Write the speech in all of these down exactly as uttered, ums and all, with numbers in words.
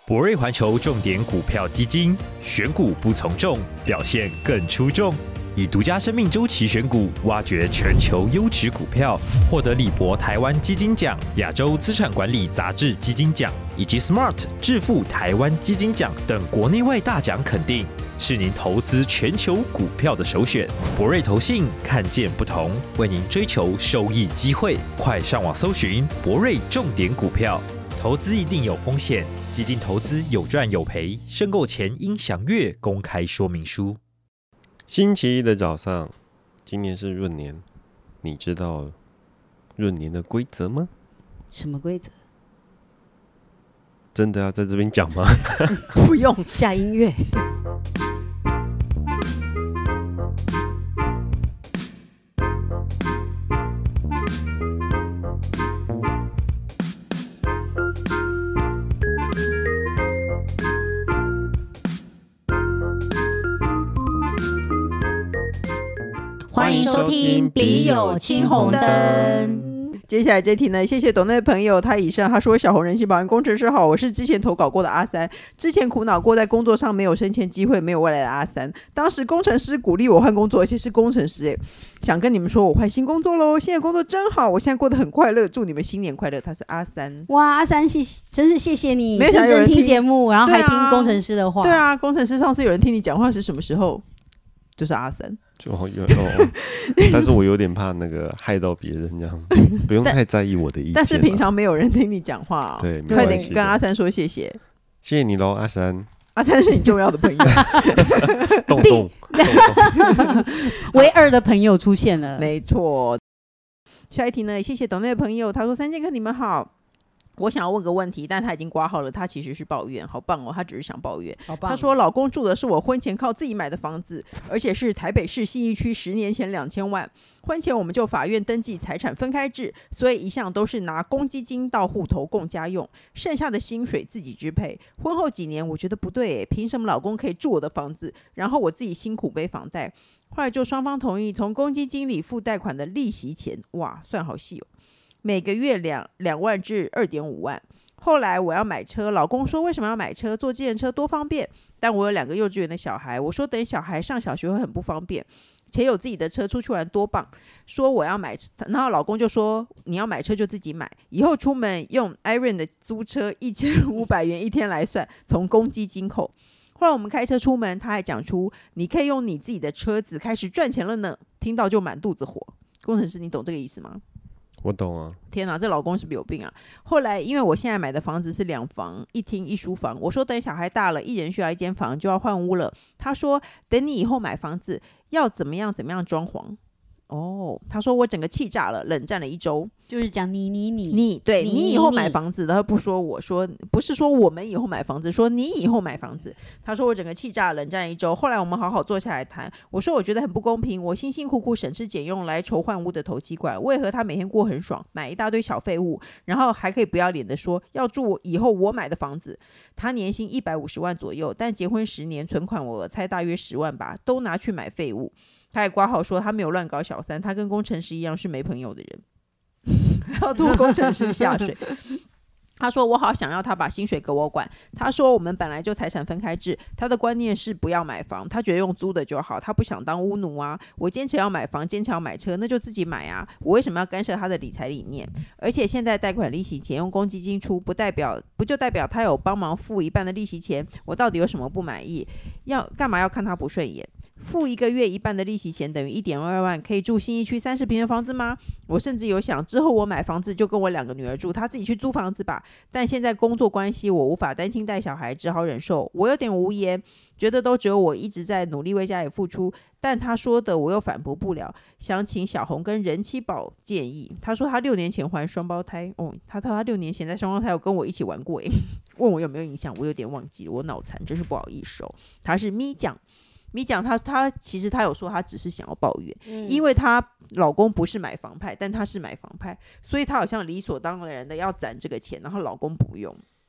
博瑞环球重点股票基金，选股不从众，表现更出众。以独家生命周期选股，挖掘全球优质股票，获得李博台湾基金奖、亚洲资产管理杂志基金奖以及 Smart 致富台湾基金奖等国内外大奖肯定，是您投资全球股票的首选。博瑞投信看见不同，为您追求收益机会。快上网搜寻博瑞重点股票。投资一定有风险，基金投资有赚有赔，申购前应详阅公开说明书。 星期一的早上，今年是闰年，你知道闰年的规则吗？ 什么规则？ 真的要在这边讲吗？ 不用，下音乐。 欢迎收听《笔友青红灯》。 接下来这题呢，谢谢董内朋友，他以上他说小红人气保安工程师好，我是之前投稿过的阿三，之前苦恼过在工作上没有升迁机会没有未来的阿三，当时工程师鼓励我换工作，而且是工程师耶，想跟你们说我换新工作咯，现在工作真好，我现在过得很快乐，祝你们新年快乐。他是阿三。 哇，阿三谢谢，真是谢谢你没有想有人认真听节目，然后还听工程师的话。 对啊，工程师上次有人听你讲话是什么时候？就是阿三。 就有哦，但是我有点怕那个害到别人，这样不用太在意我的意见。 但是平常没有人听你讲话、哦， 对， 快点跟阿三说谢谢， 谢谢你喽，阿三。 阿三是你重要的朋友， 动动唯二的朋友出现了， 没错。下一题呢？谢谢董内的朋友，他说三剑客你们好。我想要问个问题，但他已经挂号了，他其实是抱怨，好棒哦，他只是想抱怨。他说老公住的是我婚前靠自己买的房子，而且是台北市信义区，十年前两千万，婚前我们就法院登记财产分开制，所以一向都是拿公积金到户头供家用，剩下的薪水自己支配。婚后几年我觉得不对耶，凭什么老公可以住我的房子，然后我自己辛苦背房贷？后来就双方同意从公积金里付贷款的利息钱，哇，算好细哦，每个月两两万至二点五万。后来我要买车，老公说为什么要买车？坐计程车多方便。但我有两个幼稚园的小孩，我说等小孩上小学会很不方便，且有自己的车出去玩多棒。说我要买车，然后老公就说你要买车就自己买，以后出门用 Iron 的租车一千五百元一天来算，从公积金扣。后来我们开车出门，他还讲出你可以用你自己的车子开始赚钱了呢，听到就满肚子火。工程师，你懂这个意思吗？ 我懂啊。 天哪，这老公是不是有病啊？后来因为我现在买的房子是两房一厅一书房，我说等小孩大了，一人需要一间房就要换屋了。他说等你以后买房子要怎么样怎么样装潢。哦，他说我整个气炸了，冷战了一周。 就是讲你你你你对你你以后买房子的，他不说我说不是说我们以后买房子，说你以后买房子。他说我整个气炸，冷战了一周。后来我们好好坐下来谈，我说我觉得很不公平，我辛辛苦苦省吃俭用来筹换屋的头期款，为何他每天过很爽，买一大堆小废物，然后还可以不要脸的说要住以后我买的房子。他年薪一百五十万左右，但结婚十年，存款我猜大约十万吧，都拿去买废物。他还挂号说他没有乱搞小三，他跟工程师一样是没朋友的人，要拖工程师下水。他说我好想要他把薪水给我管，他说我们本来就财产分开制，他的观念是不要买房，他觉得用租的就好，他不想当屋奴啊。我坚持要买房，坚持要买车，那就自己买啊，我为什么要干涉他的理财理念？而且现在贷款利息钱用公积金出，不代表不就代表他有帮忙付一半的利息钱？我到底有什么不满意？要干嘛要看他不顺眼？付一个月一半的利息钱等于 一点二万，可以住信义区三十平的房子吗？我甚至有想之后我买房子就跟我两个女儿住，她自己去租房子吧。但现在工作关系我无法单亲带小孩，只好忍受。我有点无言，觉得都只有我一直在努力为家里付出，但他说的我又反驳不了。想请小红跟人妻宝建议。他说他六年前怀双胞胎，哦，他说他六年前在双胞胎有跟我一起玩过耶，问我有没有印象，我有点忘记了，我脑残，真是不好意思哦。他是咪酱。咪讲他他其实他有说他只是想要抱怨、嗯、因为她老公不是买房派，但他是买房派，所以他好像理所当然的要攒这个钱，然后老公不用。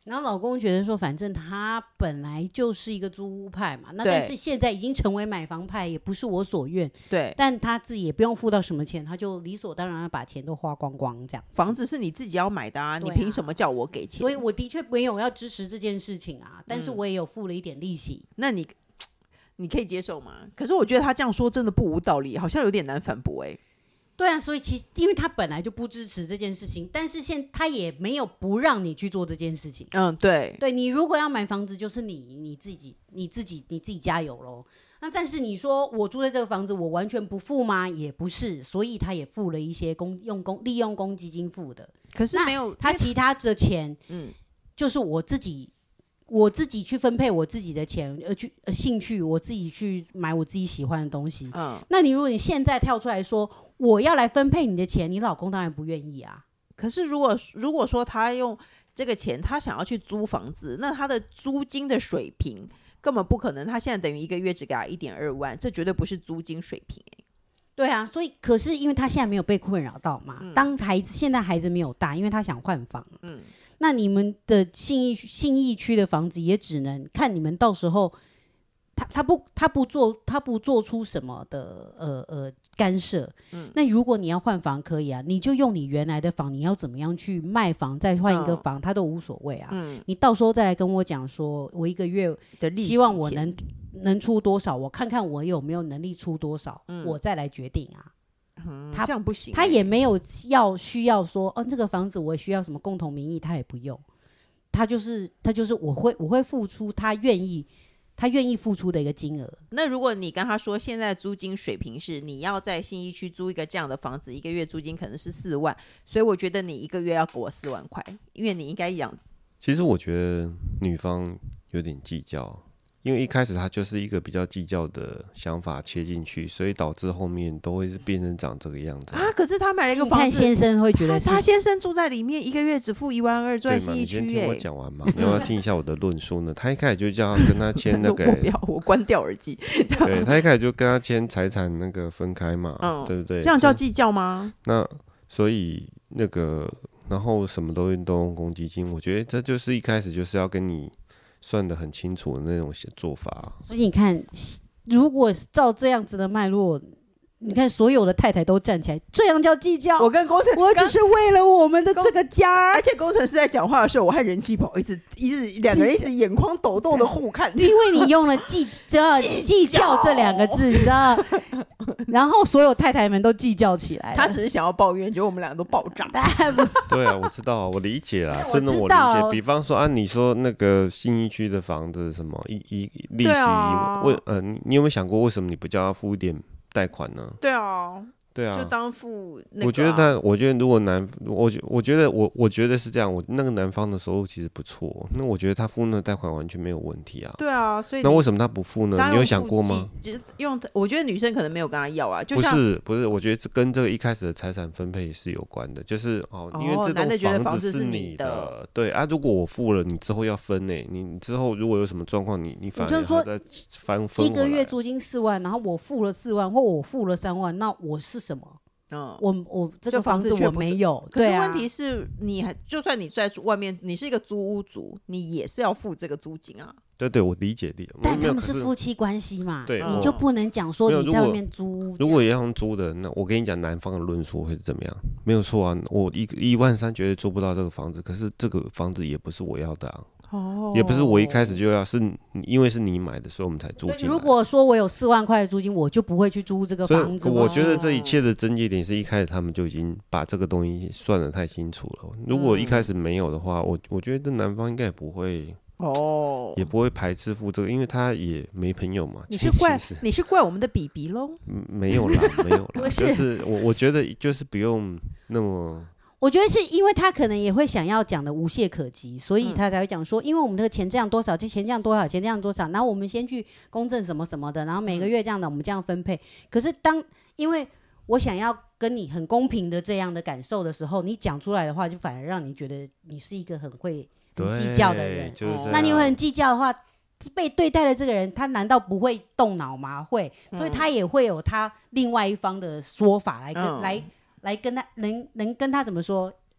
然后老公觉得说，反正他本来就是一个租屋派嘛，那但是现在已经成为买房派，也不是我所愿。 对， 但他自己也不用付到什么钱，他就理所当然的把钱都花光光，这样。房子是你自己要买的啊， 啊你凭什么叫我给钱？ 所以我的确没有要支持这件事情啊，但是我也有付了一点利息。 嗯、那你你可以接受吗？可是我觉得他这样说真的不无道理，好像有点难反驳哎、欸。 对啊，所以其实因为他本来就不支持这件事情，但是现他也没有不让你去做这件事情。 嗯，对， 对你如果要买房子，就是你你自己你自己你自己加油咯。那但是你说我住在这个房子，我完全不付吗？也不是，所以他也付了一些公用公利用公积金付的。 可是没有他其他的钱， 嗯， 就是我自己我自己去分配我自己的钱，呃，去呃兴趣，我自己去买我自己喜欢的东西。嗯，那你如果你现在跳出来说我要来分配你的钱，你老公当然不愿意啊。 可是如果如果说他用这个钱，他想要去租房子，那他的租金的水平根本不可能。他现在等于一个月只给他一点二万，这绝对不是租金水平、欸。 对啊，所以可是因为他现在没有被困扰到嘛，嗯、当孩子现在孩子没有大，因为他想换房，嗯，那你们的信义信义区的房子也只能看你们到时候。他, 他不他不做他不做出什么的呃呃干涉、嗯，那如果你要换房可以啊，你就用你原来的房，你要怎么样去卖房再换一个房，他、哦、都无所谓啊、嗯。你到时候再来跟我讲说，我一个月的利息希望我能能出多少，我看看我有没有能力出多少，嗯、我再来决定啊。 嗯、他这样不行、欸， 他也没有要需要说，哦，这个房子我需要什么共同名义，他也不用，他就是他就是我会我会付出他愿意。他愿意付出的一个金额。 那如果你跟他说现在租金水平是你要在信义区租一个这样的房子，一个月租金可能是四万，所以我觉得你一个月要给我四万块，因为你应该养。 其实我觉得女方有点计较，因为一开始他就是一个比较计较的想法切进去，所以导致后面都会是变成长这个样子啊。可是他买了一个房子， 你看先生会觉得他, 他先生住在里面，一个月只付一万二，住在信义区、欸。 你先听我讲完嘛，你要不要听一下我的论述呢？他一开始就叫他跟他签那个， 我不要，我关掉耳机。 对，他一开始就跟他签财产那个分开嘛，嗯、对不对？ 这样叫计较吗？ 那所以那个，然后什么都都用公积金，我觉得这就是一开始就是要跟你。算得很清楚的那种做法， 所以你看，如果照这样子的脉络，你看所有的太太都站起来，这样叫计较。 我跟工程， 我只是为了我们的这个家， 而且工程师在讲话的时候，我和人气宝一直一直两个人一直眼眶抖动的互看， 因为你用了计较计较这两个字，你知道。然后所有太太们都计较起来了， 他只是想要抱怨，结果我们两个都爆炸。 对啊，我知道，我理解啦，真的我理解。比方说啊，你说那个信义区的房子什么一一利息，啊、为呃，你有没有想过为什么你不叫他付一点贷款呢？ 对啊。 对啊， 就当付那个、啊。 我觉得他，我觉得如果男，我我觉得我我觉得是这样，我那个男方的收入其实不错，那我觉得他付那个贷款完全没有问题啊。 对啊，所以那为什么他不付呢？你有想过吗？ 用，我觉得女生可能没有跟他要啊，就像不是不是，我觉得跟这个一开始的财产分配是有关的，就是哦，因为这栋房子是你的，对啊，如果我付了，你之后要分呢、欸，你之后如果有什么状况，你你反而还在翻分。 一个月租金四万，然后我付了四万，或我付了三万，那我是什么？嗯，我我这个房子我没有， 可是问题是你还就算你在外面，你是一个租屋族，你也是要付这个租金啊。 对对，我理解理解。 但他们是夫妻关系嘛，对，你就不能讲说你在外面租。 如果也要租的，那我跟你讲，男方的论述会是怎么样？没有错啊，我一一万三绝对租不到这个房子，可是这个房子也不是我要的啊。哦，也不是我一开始就要，是因为是你买的，所以我们才租进来。 如果说我有四万块的租金，我就不会去租这个房子。 我觉得这一切的症结点是一开始他们就已经把这个东西算得太清楚了。如果一开始没有的话，我我觉得男方应该也不会。哦，也不会排斥付这个，因为他也没朋友嘛。 你是怪你是怪我们的比比喽？ 没有啦，没有啦，就是我我觉得就是不用那么。 我觉得是因为他可能也会想要讲的无懈可击，所以他才会讲说，因为我们这个钱这样多少，这钱这样多少，钱这样多少，然后我们先去公证什么什么的，然后每个月这样的我们这样分配。可是当因为我想要跟你很公平的这样的感受的时候，你讲出来的话，就反而让你觉得你是一个很会很计较的人。 就是这样。 那你会很计较的话，被对待的这个人，他难道不会动脑吗？会，所以他也会有他另外一方的说法来跟、嗯、来。来跟他能能跟他怎么说？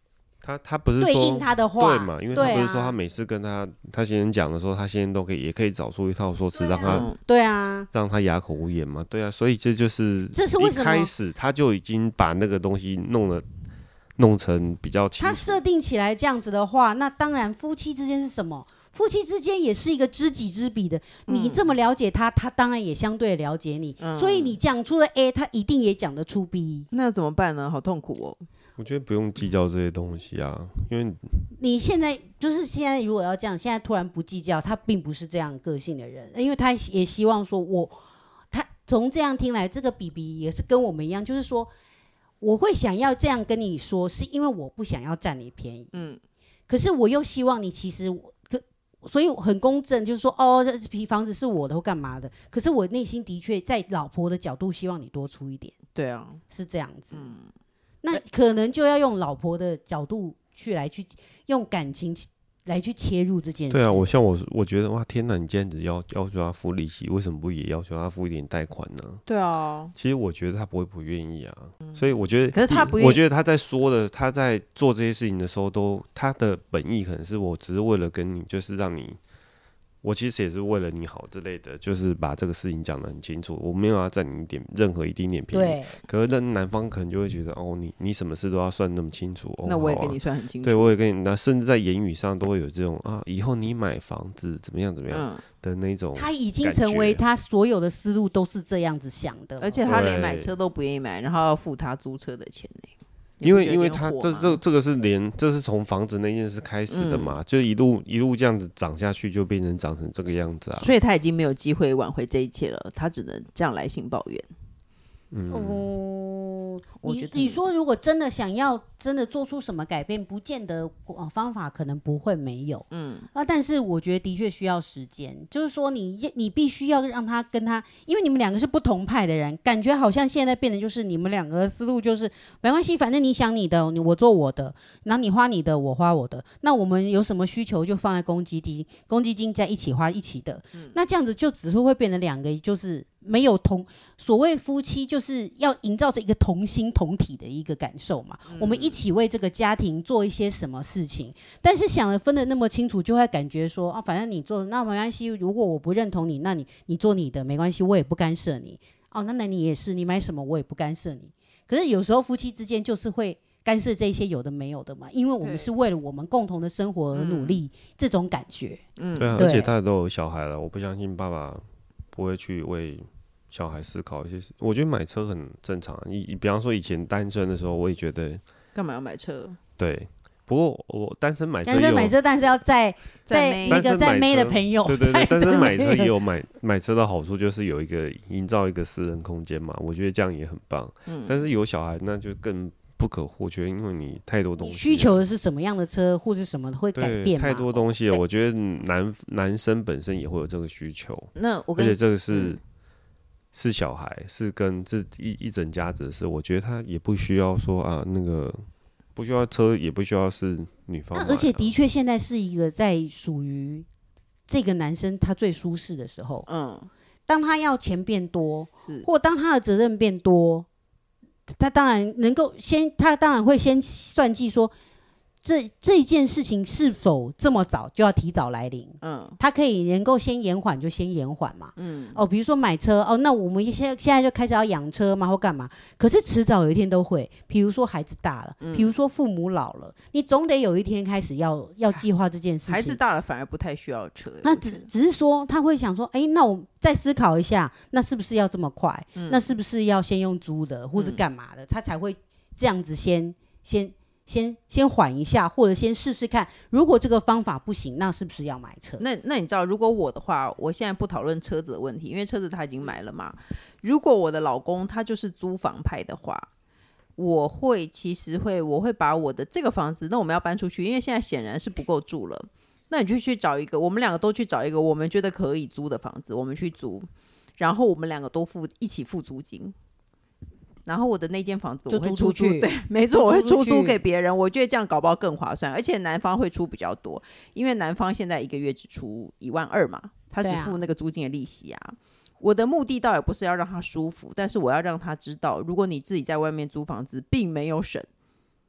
他他不是说对应他的话， 对嘛？因为他不是说他每次跟他他先生讲的时候，他先生都可以也可以找出一套说辞，让他对啊， 让他哑口无言嘛。对啊，所以这就是这是为什么一开始他就已经把那个东西弄了。弄成比较清楚， 他设定起来这样子的话，那当然夫妻之间是什么？夫妻之间也是一个知己知彼的。嗯、你这么了解他，他当然也相对了解你。嗯、所以你讲出了 A， 他一定也讲得出 B。 那怎么办呢？好痛苦哦。 我觉得不用计较这些东西啊，因为你现在就是现在，如果要这样，现在突然不计较，他并不是这样个性的人，因为他也希望说我，他从这样听来，这个比比也是跟我们一样，就是说。我会想要这样跟你说，是因为我不想要占你便宜。嗯，可是我又希望你其实，可所以很公正，就是说，哦，这批房子是我的或干嘛的。可是我内心的确在老婆的角度，希望你多出一点。 对啊， 是这样子。嗯，那可能就要用老婆的角度去来去用感情来去切入这件事。 对啊，我像我，我觉得哇，天哪！你这样子要要求他付利息，为什么不也要求他付一点贷款呢？ 对啊， 其实我觉得他不会不愿意啊，嗯、所以我觉得， 可是他不愿意， 我觉得他在说的，他在做这些事情的时候都，都他的本意可能是我只是为了跟你，就是让你。我其实也是为了你好之类的，就是把这个事情讲得很清楚，我没有要占你一点任何一丁点便宜。可是那男方可能就会觉得，哦，你你什么事都要算那么清楚。哦、 那我也跟你算很清楚。 对，我也跟你，那甚至在言语上都会有这种啊，以后你买房子怎么样怎么样的那种、嗯。 他已经成为他所有的思路都是这样子想的， 而且他连买车都不愿意买，然后要付他租车的钱呢。 因为因为他这这这个是连这是从房子那件事开始的嘛，嗯、就一路一路这样子涨下去，就变成长成这个样子啊。 所以他已经没有机会挽回这一切了，他只能这样来信抱怨。 嗯，哦、你你说如果真的想要真的做出什么改变，不见得、呃、方法可能不会没有，嗯啊，但是我觉得的确需要时间，就是说你你必须要让他跟他，因为你们两个是不同派的人，感觉好像现在变得就是你们两个的思路就是没关系，反正你想你的，我做我的，然后你花你的，我花我的，那我们有什么需求就放在公积金，公积金在一起花一起的，嗯、那这样子就只是会变成两个就是。没有同所谓夫妻就是要营造着一个同心同体的一个感受嘛、嗯、我们一起为这个家庭做一些什么事情，但是想了分得那么清楚，就会感觉说啊，反正你做那没关系，如果我不认同你，那你你做你的没关系，我也不干涉你哦，那那你也是，你买什么我也不干涉你。可是有时候夫妻之间就是会干涉这些有的没有的嘛，因为我们是为了我们共同的生活而努力、嗯、这种感觉。 嗯，对啊，而且大家都有小孩了，我不相信爸爸不会去为小孩思考一些事。我觉得买车很正常，你比方说以前单身的时候，我也觉得干嘛要买车？ 对，不过我单身买车， 单身买车，但是要在在那个在妹的朋友， 对对对，单身买车也有买买车的好处，就是有一个营造一个私人空间嘛，我觉得这样也很棒。嗯，但是有小孩那就更不可或缺，因为你太多东西。你需求的是什么样的车，或是什么会改变嘛？ 太多东西了，我觉得男男生本身也会有这个需求。 那我跟而且这个是、嗯、是小孩，是跟这一一整家子的事，我觉得他也不需要说啊，那个不需要车，也不需要是女方买、啊。 而且的确，现在是一个在属于这个男生他最舒适的时候。嗯，当他要钱变多，是或当他的责任变多。他当然能够先，他当然会先算计说，这这件事情是否这么早就要提早来临？嗯，他可以能够先延缓就先延缓嘛。嗯，哦，比如说买车，哦，那我们现在现在就开始要养车嘛，或干嘛？可是迟早有一天都会，比如说孩子大了，比、嗯、如说父母老了，你总得有一天开始要要计划这件事情。 孩子大了反而不太需要车， 那只只是说他会想说，哎，那我再思考一下，那是不是要这么快？嗯、那是不是要先用租的，或是干嘛的，嗯、他才会这样子先先。先先缓一下，或者先试试看。如果这个方法不行，那是不是要买车？ 那那你知道，如果我的话，我现在不讨论车子的问题，因为车子他已经买了嘛。如果我的老公他就是租房派的话，我会其实会我会把我的这个房子，那我们要搬出去，因为现在显然是不够住了。那你就去找一个，我们两个都去找一个我们觉得可以租的房子，我们去租，然后我们两个都付一起付租金。然后我的那间房子我会出租，对，没错，我会出租给别人。我觉得这样搞不好更划算，而且男方会出比较多，因为男方现在一个月只出一万二嘛，他只付那个租金的利息啊。啊我的目的倒也不是要让他舒服，但是我要让他知道，如果你自己在外面租房子并没有省，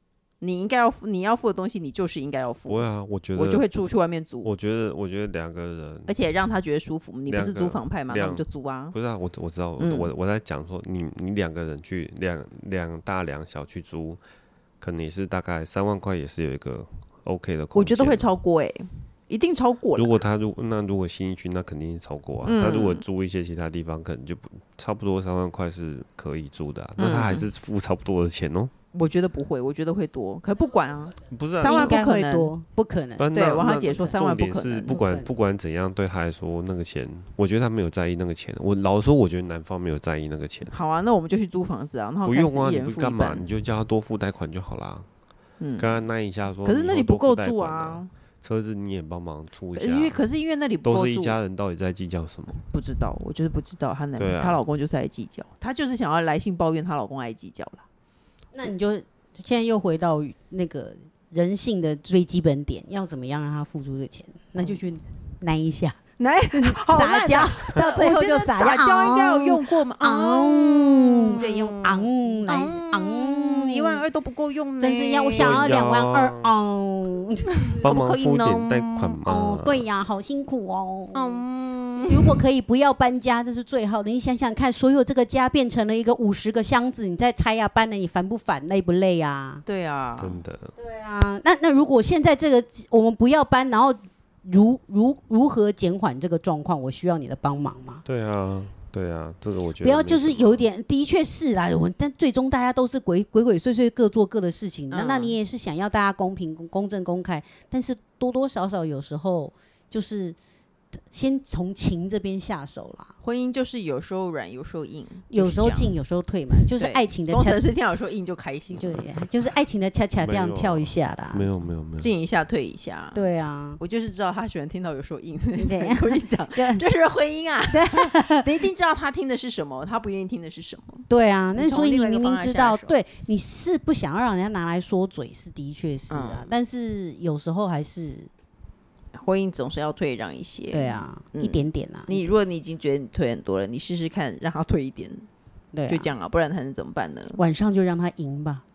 你应该要付，你要付的东西，你就是应该要付。 不会啊，我觉得我就会出去外面租。 我觉得，我觉得两个人， 而且让他觉得舒服。你不是租房派吗？那我们就租啊。 不是啊，我我知道，嗯、我我在讲说，你你两个人去两两大两小去租，可能也是大概三万块，也是有一个 OK 的空间。 我觉得会超过哎、欸。一定超过了。 如果他如那如果新一区，那肯定是超过啊。嗯、他如果租一些其他地方，可能就不差不多三万块是可以租的、啊，嗯、那他还是付差不多的钱哦。 我觉得不会，我觉得会多，可是不管啊， 不是、啊、 三万不可能多，不可能。 对，王小姐说三万不可能。 重点是不管不管怎样，对他来说那个钱，我觉得他没有在意那个钱。我老实说，我觉得男方没有在意那个钱。 好啊，那我们就去租房子啊。然后不用啊，你不干嘛？你就叫他多付贷款就好啦。嗯，跟他耐一下说。 可是那里不够住啊。 车子你也帮忙出一下， 因为可是因为那里不够住， 都是一家人，到底在计较什么？ 不知道，我就是不知道。她男、 啊、 她老公就是爱计较，她就是想要来信抱怨她老公爱计较了。 那你就现在又回到那个人性的最基本点，要怎么样让他付出这个钱？那就去耐一下， 耐撒娇，到最后就撒娇。 撒娇应该有用过吗？ 嗯，对，用昂来昂。 一万二都不够用呢， 真是要我想要两万二哦， 帮忙付点贷款嘛。 哦，对呀，好辛苦哦。嗯，如果可以不要搬家，这是最好的。你想想看，所有这个家变成了一个五十个箱子，你再拆呀搬了，你烦不烦？累不累啊？ 对啊， 真的。 对啊，那那如果现在这个我们不要搬，然后如如如何减缓这个状况？我需要你的帮忙吗？ 对啊。对啊，这个我觉得不要就是有点，的确是啦，我但最终大家都是鬼鬼鬼祟祟各做各的事情，那、嗯、那你也是想要大家公平、公正、公开，但是多多少少有时候就是先从情这边下手啦。 婚姻就是有时候软，有时候硬， 有时候进，有时候退嘛，就是爱情的工程师听有时候硬就开心， 对，就是爱情的恰恰这样跳一下啦， 没有没有没有， 进一下退一下， 对啊， 我就是知道他喜欢听到有时候硬，所以才故意讲，这是婚姻啊，你一定知道他听的是什么，他不愿意听的是什么， 对啊，那所以你明明知道，对，你是不想要让人家拿来说嘴，是的确是啊，嗯、但是有时候还是。 婚姻总是要退让一些， 对啊，嗯、一点点啊。 你如果你已经觉得你退很多了，你试试看让他退一点， 对、啊， 就这样啊，不然他能怎么办呢？ 晚上就让他赢吧。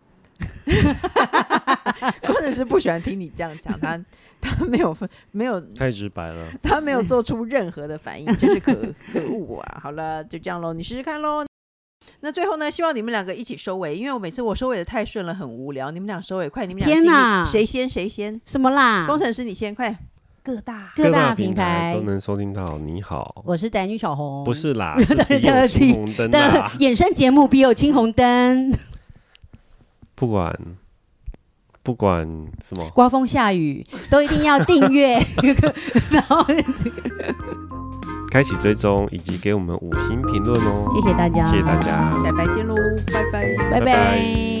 工程师不喜欢听你这样讲，他他没有没有太直白了， 他没有做出任何的反应，真是可可恶啊！好了，就这样喽，你试试看喽。那最后呢，希望你们两个一起收尾，因为我每次我收尾的太顺了，很无聊。你们俩收尾快，你们俩天哪， 谁先谁先？ 什么啦？ 工程师你先快。各大各大平台都能收听到。你好， 我是宅女小红， 不是啦，是笔友青红灯啦。 衍生节目笔友青红灯， 不管不管什么， 刮风下雨都一定要订阅，然后开启追踪以及给我们五星评论哦。 谢谢大家， 谢谢大家， 下拜见喽，拜拜， 拜拜。